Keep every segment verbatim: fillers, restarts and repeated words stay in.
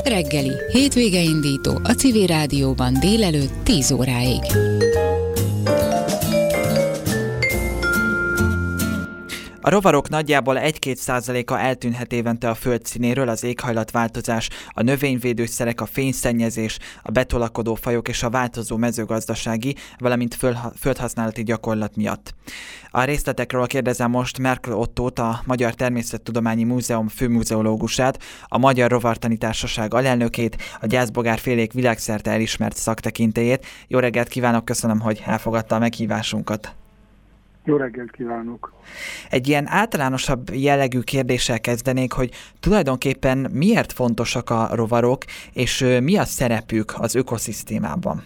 reggeli, hétvége indító a Civil Rádióban délelőtt tíz óráig. A rovarok nagyjából egy-két százaléka eltűnhet évente a föld színéről, az éghajlatváltozás, a növényvédőszerek, a fényszennyezés, a betolakodó fajok és a változó mezőgazdasági, valamint földhasználati gyakorlat miatt. A részletekről kérdezem most Merkel Ottót, a Magyar Természettudományi Múzeum főmuzeológusát, a Magyar Rovartani Társaság alelnökét, a gyászbogárfélék világszerte elismert szaktekintélyét. Jó reggelt kívánok, köszönöm, hogy elfogadta a meghívásunkat. Jó reggelt kívánok! Egy ilyen általánosabb jellegű kérdéssel kezdenék, hogy tulajdonképpen miért fontosak a rovarok, és mi a szerepük az ökoszisztémában?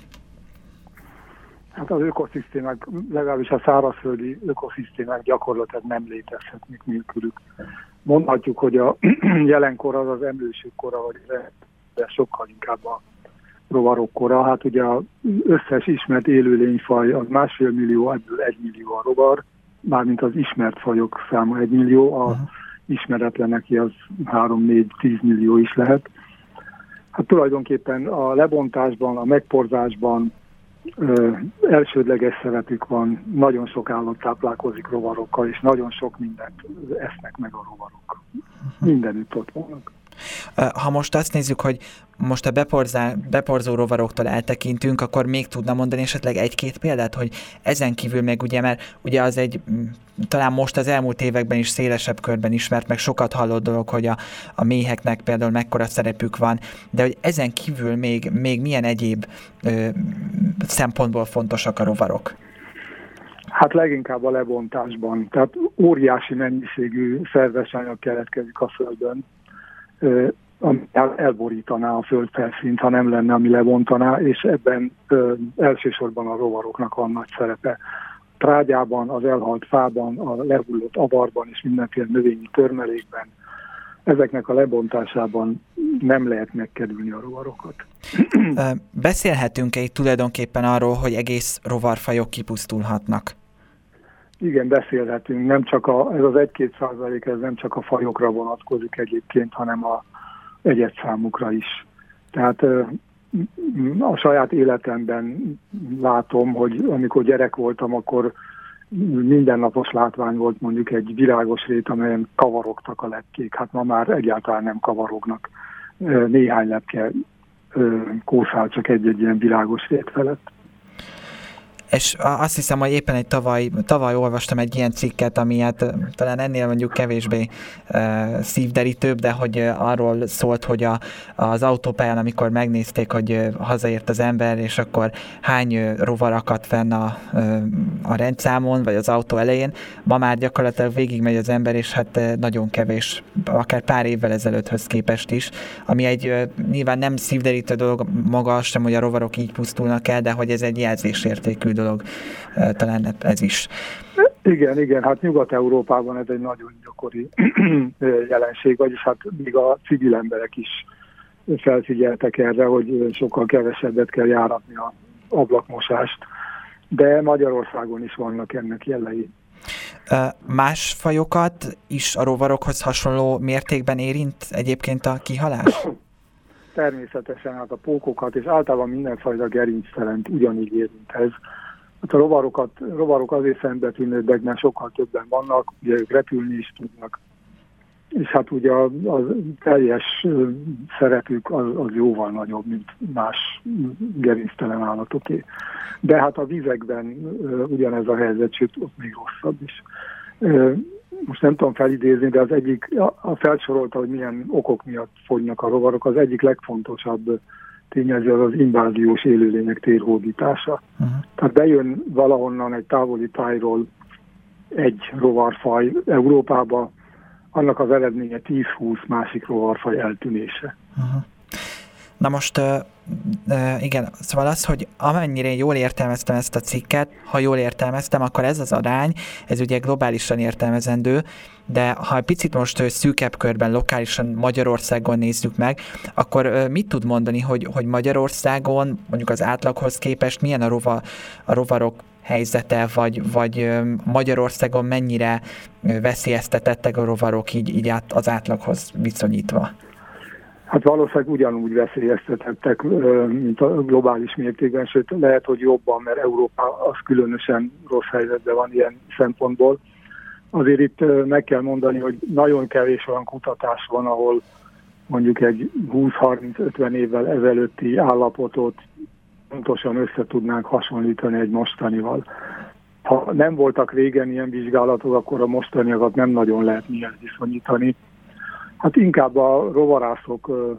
Hát az ökoszisztémák, legalábbis a szárazföldi ökoszisztémák gyakorlatilag nem létezhetnek nélkülük. Mondhatjuk, hogy a jelenkor az az emlősök kora, vagy de sokkal inkább a rovarok kora. Hát ugye az összes ismert élőlényfaj az másfél millió, ebből egy millió a rovar, mármint az ismert fajok száma egy millió, a uh-huh. ismeretleneké az három-négy-tíz millió is lehet. Hát tulajdonképpen a lebontásban, a megporzásban ö, elsődleges szerepük van, nagyon sok állat táplálkozik rovarokkal, és nagyon sok mindent esznek meg a rovarok. Uh-huh. Mindenütt ott vannak. Ha most azt nézzük, hogy most a beporzá, beporzó rovaroktól eltekintünk, akkor még tudna mondani esetleg egy-két példát, hogy ezen kívül még ugye, mert ugye az egy, talán most az elmúlt években is szélesebb körben ismert, meg sokat hallott dolog, hogy a, a méheknek például mekkora szerepük van, de hogy ezen kívül még, még milyen egyéb ö, szempontból fontosak a rovarok? Hát leginkább a lebontásban. Tehát óriási mennyiségű szerves anyag keletkezik a Földön, ami elborítaná a földfelszínt, ha nem lenne, ami lebontaná, és ebben ö, elsősorban a rovaroknak van nagy szerepe. Trágyában, az elhalt fában, a lehullott avarban és mindenféle növényi törmelékben, ezeknek a lebontásában nem lehet megkerülni a rovarokat. Beszélhetünk-e itt tulajdonképpen arról, hogy egész rovarfajok kipusztulhatnak? Igen, beszélhetünk. Nem csak a, ez az egy-két százalék, ez nem csak a fajokra vonatkozik egyébként, hanem a egyedszámukra is. Tehát a saját életemben látom, hogy amikor gyerek voltam, akkor mindennapos látvány volt mondjuk egy virágos rét, amelyen kavarogtak a lepkék. Hát ma már egyáltalán nem kavarognak. Néhány lepke kószál csak egy-egy ilyen virágos rét felett. És azt hiszem, hogy éppen egy tavaly, tavaly olvastam egy ilyen cikket, ami hát talán ennél mondjuk kevésbé uh, szívderítőbb, de hogy uh, arról szólt, hogy a, az autópályán, amikor megnézték, hogy uh, hazaért az ember, és akkor hány uh, rovar akadt fenn a, uh, a rendszámon, vagy az autó elején, ma már gyakorlatilag végigmegy az ember, és hát uh, nagyon kevés, akár pár évvel ezelőtthöz képest is, ami egy uh, nyilván nem szívderítő dolog maga sem, hogy a rovarok így pusztulnak el, de hogy ez egy jelzésértékű dolog. dolog, talán ez is. Igen, igen, hát Nyugat-Európában ez egy nagyon gyakori jelenség, vagyis hát még a civil emberek is felfigyeltek erre, hogy sokkal kevesebbet kell járatni az ablakmosást, de Magyarországon is vannak ennek jelei. Más fajokat is a rovarokhoz hasonló mértékben érint egyébként a kihalás? Természetesen hát a pókokat és általában mindenfajta gerinctelent ugyanígy érint ez. Hát a rovarokat, rovarok azért szembetűnőbbek, mert sokkal többen vannak, ugye ők repülni is tudnak. És hát ugye a, a teljes szerepük az, az jóval nagyobb, mint más gerinctelen állatoké. De hát a vizekben ugyanez a helyzet, sőt ott még rosszabb is. Most nem tudom felidézni, de az egyik, a felsorolta, hogy milyen okok miatt fogynak a rovarok, az egyik legfontosabb tényező az az inváziós élőlények térhódítása. Uh-huh. Tehát bejön valahonnan egy távoli tájról egy rovarfaj Európába, annak az eredménye tíz-húsz másik rovarfaj eltűnése. Uh-huh. Na most, uh, uh, igen, szóval az, hogy amennyire jól értelmeztem ezt a cikket, ha jól értelmeztem, akkor ez az arány, ez ugye globálisan értelmezendő, de ha egy picit most szűkebb körben, lokálisan Magyarországon nézzük meg, akkor uh, mit tud mondani, hogy, hogy Magyarországon, mondjuk az átlaghoz képest milyen a, rova, a rovarok helyzete, vagy, vagy Magyarországon mennyire veszélyeztetettek a rovarok így, így át, az átlaghoz viszonyítva? Hát valószínűleg ugyanúgy veszélyeztetettek, mint a globális mértékben, sőt lehet, hogy jobban, mert Európa az különösen rossz helyzetben van ilyen szempontból. Azért itt meg kell mondani, hogy nagyon kevés olyan kutatás van, ahol mondjuk egy húsz-harminc-ötven évvel ezelőtti állapotot pontosan össze tudnánk hasonlítani egy mostanival. Ha nem voltak régen ilyen vizsgálatok, akkor a mostaniakat nem nagyon lehet mihez viszonyítani. Hát inkább a rovarászok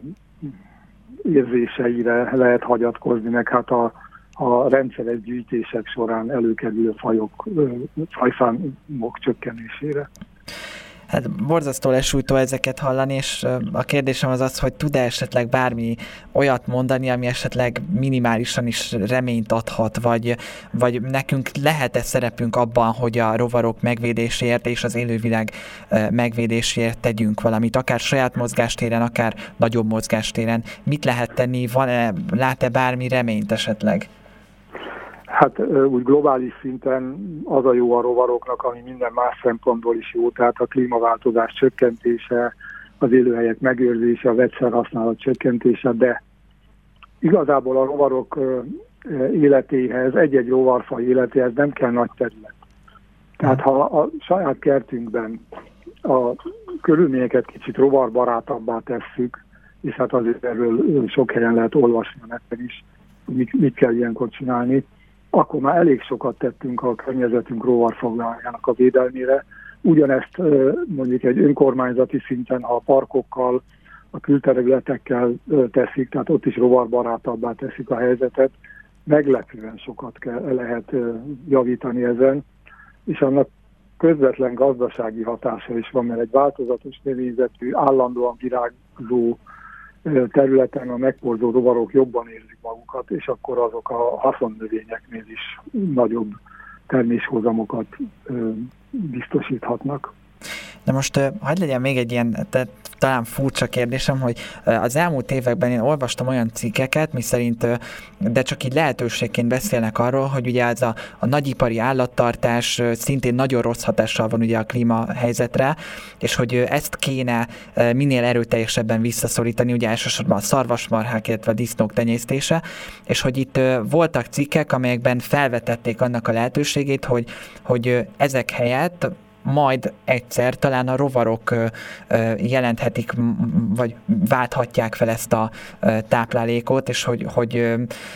érzéseire lehet hagyatkozni, meg hát a, a rendszeres gyűjtések során előkerülő fajok, fajszámok csökkenésére. Hát borzasztó lesújtó ezeket hallani, és a kérdésem az az, hogy tud-e esetleg bármi olyat mondani, ami esetleg minimálisan is reményt adhat, vagy, vagy nekünk lehet-e szerepünk abban, hogy a rovarok megvédéséért és az élővilág megvédéséért tegyünk valamit, akár saját mozgástéren, akár nagyobb mozgástéren. Mit lehet tenni? Van-e, lát-e bármi reményt esetleg? Hát úgy globális szinten az a jó a rovaroknak, ami minden más szempontból is jó, tehát a klímaváltozás csökkentése, az élőhelyek megőrzése, a vegyszerhasználat csökkentése, de igazából a rovarok életéhez, egy-egy rovarfaj életéhez nem kell nagy terület. Tehát ha a saját kertünkben a körülményeket kicsit rovarbarátabbá tesszük, és hát azért erről sok helyen lehet olvasni a neten is, mit, mit kell ilyenkor csinálni, akkor már elég sokat tettünk a környezetünk rovarfoglaljának a védelmére. Ugyanezt mondjuk egy önkormányzati szinten, ha a parkokkal, a külterületekkel teszik, tehát ott is rovarbarátabbá teszik a helyzetet, meglepően sokat kell, lehet javítani ezen, és annak közvetlen gazdasági hatása is van, mert egy változatos növényzetű, állandóan virágzó területen a megporzó rovarok jobban érzik magukat, és akkor azok a haszonnövényeknél is nagyobb terméshozamokat biztosíthatnak. De most hagyd legyen még egy ilyen, te, talán furcsa kérdésem, hogy az elmúlt években én olvastam olyan cikkeket, miszerint, de csak így lehetőségként beszélnek arról, hogy ugye ez a, a nagyipari állattartás szintén nagyon rossz hatással van ugye a klímahelyzetre, és hogy ezt kéne minél erőteljesebben visszaszorítani, ugye elsősorban a szarvasmarhák, illetve a disznók tenyésztése, és hogy itt voltak cikkek, amelyekben felvetették annak a lehetőségét, hogy, hogy ezek helyett majd egyszer talán a rovarok jelenthetik, vagy válthatják fel ezt a táplálékot, és hogy, hogy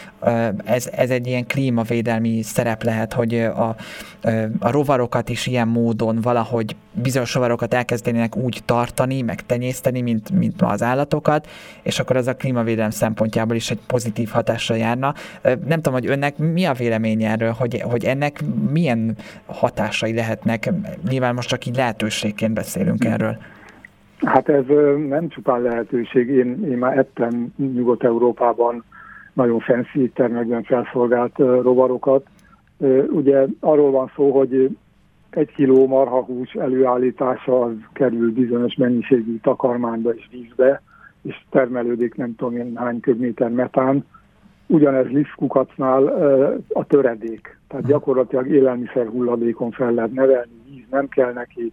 ez, ez egy ilyen klímavédelmi szerep lehet, hogy a, a rovarokat is ilyen módon valahogy bizonyos rovarokat elkezdenének úgy tartani, meg tenyészteni, mint, mint ma az állatokat, és akkor az a klímavédelem szempontjából is egy pozitív hatással járna. Nem tudom, hogy önnek mi a véleménye erről, hogy, hogy ennek milyen hatásai lehetnek? Nyilván most csak így lehetőségként beszélünk erről. Hát ez nem csupán lehetőség. Én, én már ettem Nyugat-Európában nagyon fancy éttermekben felszolgált rovarokat. Ugye arról van szó, hogy egy kiló marhahús előállítása az kerül bizonyos mennyiségű takarmányba és vízbe, és termelődik nem tudom én hány köbméter metán. Ugyanez lisztkukacnál a töredék. Tehát gyakorlatilag élelmiszer hulladékon fel lehet nevelni, víz nem kell neki.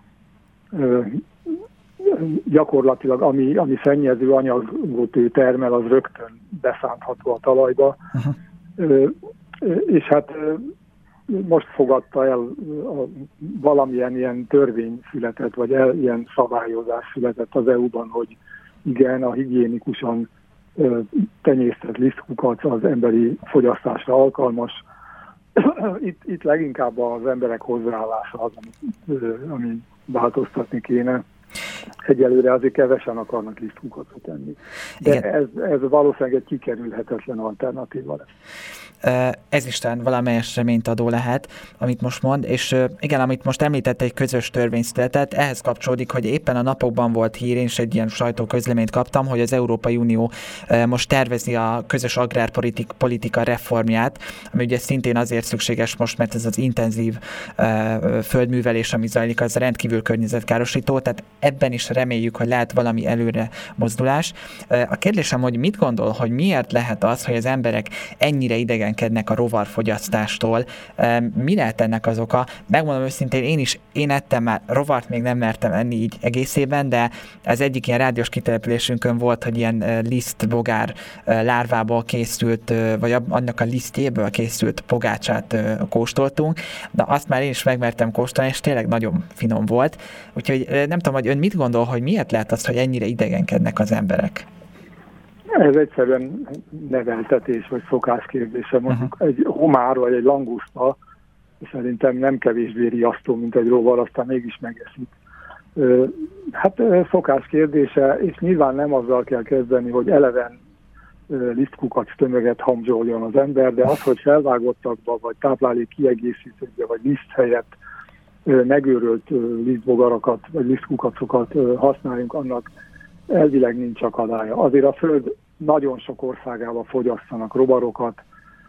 Gyakorlatilag ami, ami szennyező anyagot ő termel, az rögtön beszántható a talajba. Uh-huh. És hát most fogadta el a, valamilyen ilyen törvény született, vagy el, ilyen szabályozás született az é u-ban, hogy igen, a higiénikusan tenyésztett lisztkukac az emberi fogyasztásra alkalmas. Itt, itt leginkább az emberek hozzáállása az, ami, ami változtatni kéne. Egyelőre azért kevesen akarnak lisztkukacot enni. De ez, ez valószínűleg egy kikerülhetetlen alternatíva lesz. Ez is talán valamelyes reményt adó lehet, amit most mond, és igen, amit most említett, egy közös törvény született, ehhez kapcsolódik, hogy éppen a napokban volt hír, én is egy ilyen sajtóközleményt kaptam, hogy az Európai Unió most tervezi a közös agrárpolitika reformját, ami ugye szintén azért szükséges most, mert ez az intenzív földművelés, ami zajlik, az rendkívül környezetkárosító, tehát ebben is reméljük, hogy lehet valami előre mozdulás. A kérdésem, hogy mit gondol, hogy miért lehet az, hogy az emberek ennyire idegenkednek a rovarfogyasztástól? Mi lehet ennek az oka? Megmondom őszintén, én is, én ettem már rovart, még nem mertem enni így egészében, de az egyik ilyen rádiós kitelepülésünkön volt, hogy ilyen lisztbogár lárvából készült, vagy annak a lisztjéből készült pogácsát kóstoltunk, de azt már én is megmertem kóstolni, és tényleg nagyon finom volt. Úgyhogy nem tudom, hogy ön mit gondol, hogy miért lehet az, hogy ennyire idegenkednek az emberek? Ez egyszerűen neveltetés, vagy szokás kérdése. Mondjuk uh-huh. egy homár, vagy egy languszta szerintem nem kevésbé riasztó, mint egy rovar, aztán mégis megeszik. Hát szokás kérdése, és nyilván nem azzal kell kezdeni, hogy eleven lisztkukac tömeget hamzsoljon az ember, de az, hogy felvágottakba, vagy táplálék kiegészítőkbe, vagy liszt helyett megőrölt lisztbogarakat, vagy lisztkukacokat használjunk, annak elvileg nincs akadálya. Azért a Föld nagyon sok országában fogyasztanak rovarokat.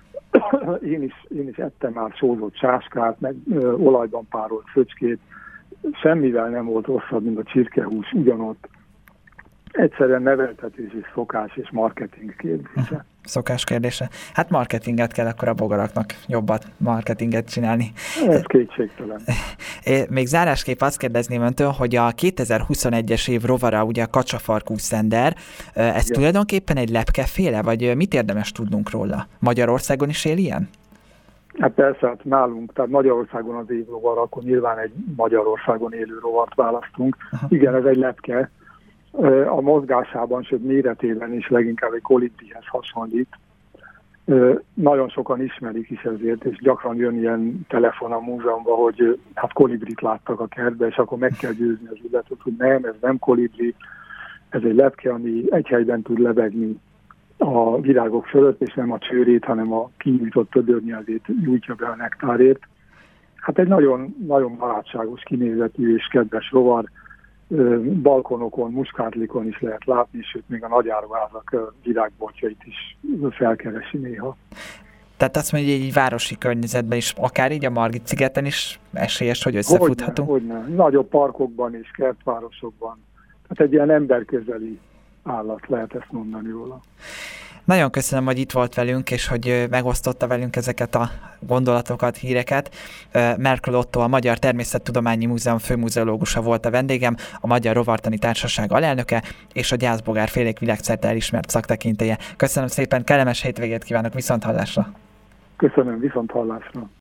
Én is, én is ettem már sózott sáskát, meg ö, olajban párolt föcskét. Semmivel nem volt rosszabb, mint a csirkehús, ugyanott. Egyszerűen neveltetés és szokás és marketing kérdése. Szokás kérdése. Hát marketinget kell akkor a bogaraknak jobbat marketinget csinálni. Ez kétségtelen. Még zárásképp azt kérdezném öntől, hogy a kétezer-huszonegyes év rovara ugye a kacsafarkú szender, ez igen. Tulajdonképpen egy lepkeféle, vagy mit érdemes tudnunk róla? Magyarországon is él ilyen? Hát persze, hát nálunk, tehát Magyarországon az év rovar, akkor nyilván egy Magyarországon élő rovart választunk. Aha. Igen, ez egy lepke. A mozgásában, sőt méretében is leginkább egy kolibrihez hasonlít. Nagyon sokan ismerik is ezért, és gyakran jön ilyen telefon a múzeumban, hogy hát kolibrit láttak a kertbe, és akkor meg kell győzni az illetőt, hogy nem, ez nem kolibri, ez egy lepke, ami egy helyben tud lebegni a virágok fölött, és nem a csőrét, hanem a kinyújtott tödörnyelvét nyújtja be a nektárért. Hát egy nagyon, nagyon barátságos kinézetű és kedves rovar, balkonokon, muskátlikon is lehet látni, sőt még a nagyáruházak virágboltjait is felkeresi néha. Tehát azt mondja, hogy egy városi környezetben is, akár így a Margit-szigeten is esélyes, hogy összefuthatunk? Hogyne, hogyne. Nagyobb parkokban is, kertvárosokban. Tehát egy ilyen emberközeli állat, lehet ezt mondani róla. Nagyon köszönöm, hogy itt volt velünk, és hogy megosztotta velünk ezeket a gondolatokat, híreket. Merkel Otto, a Magyar Természettudományi Múzeum főmuzeológusa volt a vendégem, a Magyar Rovartani Társaság alelnöke, és a gyászbogárfélék világszerte elismert szaktekintélye. Köszönöm szépen, kellemes hétvégét kívánok, viszonthallásra! Köszönöm, viszonthallásra!